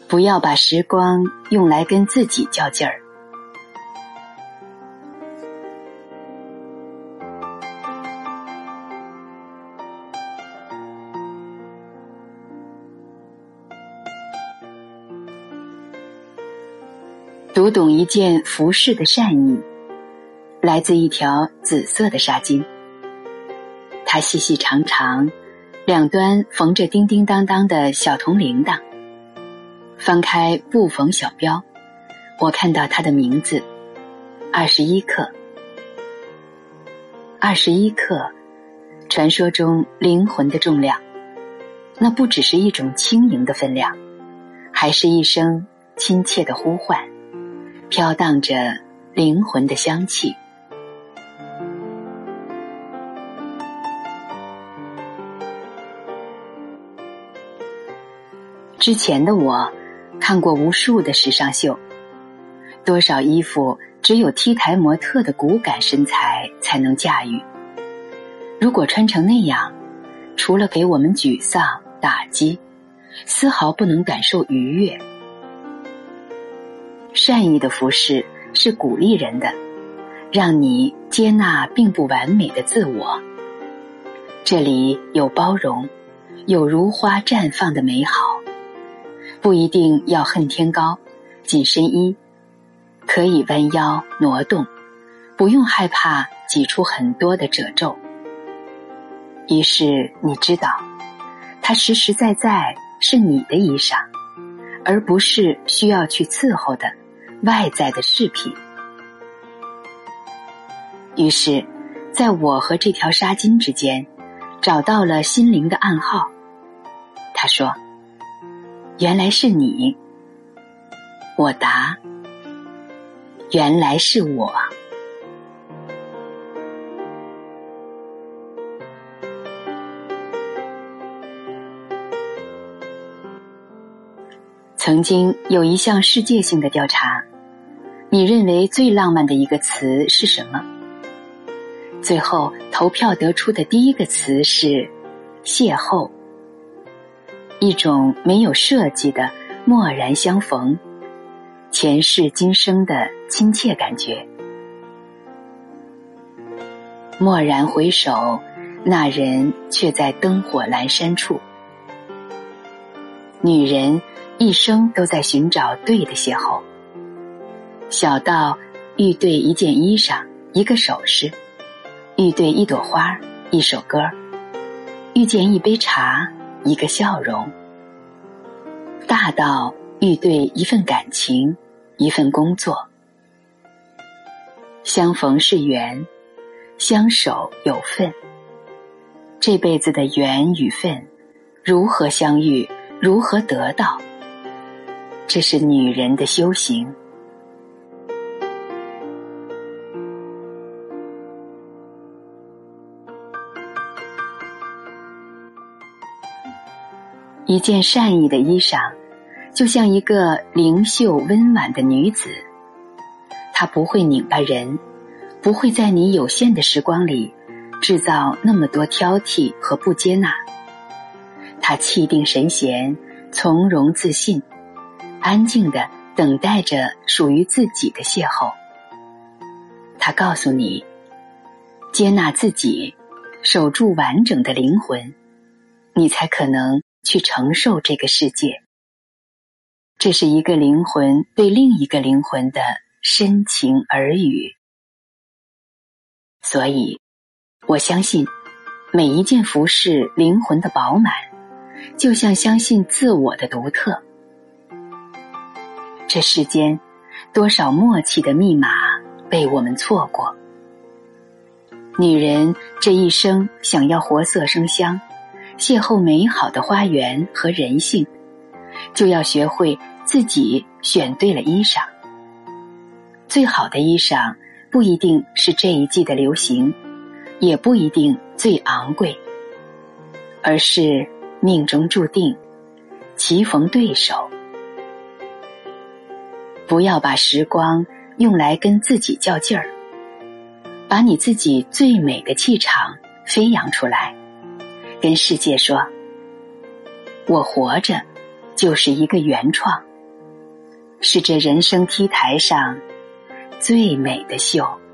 不要把时光用来跟自己较劲儿。读懂一件服饰的善意，来自一条紫色的纱巾。它细细长长，两端缝着叮叮当当的小铜铃铛。翻开布缝小标，我看到它的名字21克。21克，传说中灵魂的重量，那不只是一种轻盈的分量，还是一声亲切的呼唤，飘荡着灵魂的香气。之前的我看过无数的时尚秀，多少衣服只有 T 台模特的骨感身材才能驾驭。如果穿成那样，除了给我们沮丧打击，丝毫不能感受愉悦。善意的服饰是鼓励人的，让你接纳并不完美的自我。这里有包容，有如花绽放的美好。不一定要恨天高，紧身衣可以弯腰挪动，不用害怕挤出很多的褶皱。于是你知道，它实实在在是你的衣裳，而不是需要去伺候的外在的饰品。于是在我和这条纱巾之间找到了心灵的暗号。他说，原来是你。我答，原来是我。曾经有一项世界性的调查，你认为最浪漫的一个词是什么？最后投票得出的第一个词是邂逅，一种没有设计的蓦然相逢，前世今生的亲切感觉。蓦然回首，那人却在灯火阑珊处。女人一生都在寻找对的邂逅，小到遇对一件衣裳，一个首饰，遇对一朵花，一首歌，遇见一杯茶，一个笑容，大到遇对一份感情，一份工作。相逢是缘，相守有份。这辈子的缘与分，如何相遇，如何得到，这是女人的修行。一件善意的衣裳，就像一个灵秀温婉的女子，她不会拧巴人，不会在你有限的时光里制造那么多挑剔和不接纳。她气定神闲，从容自信，安静地等待着属于自己的邂逅。她告诉你，接纳自己，守住完整的灵魂，你才可能去承受这个世界。这是一个灵魂对另一个灵魂的深情耳语。所以我相信每一件服饰灵魂的饱满，就像相信自我的独特。这世间多少默契的密码被我们错过。女人这一生想要活色生香，邂逅美好的花园和人性，就要学会自己选对了衣裳。最好的衣裳不一定是这一季的流行，也不一定最昂贵，而是命中注定，棋逢对手。不要把时光用来跟自己较劲儿，把你自己最美的气场飞扬出来，跟世界说，我活着就是一个原创， 是这人生 T 台上最美的秀。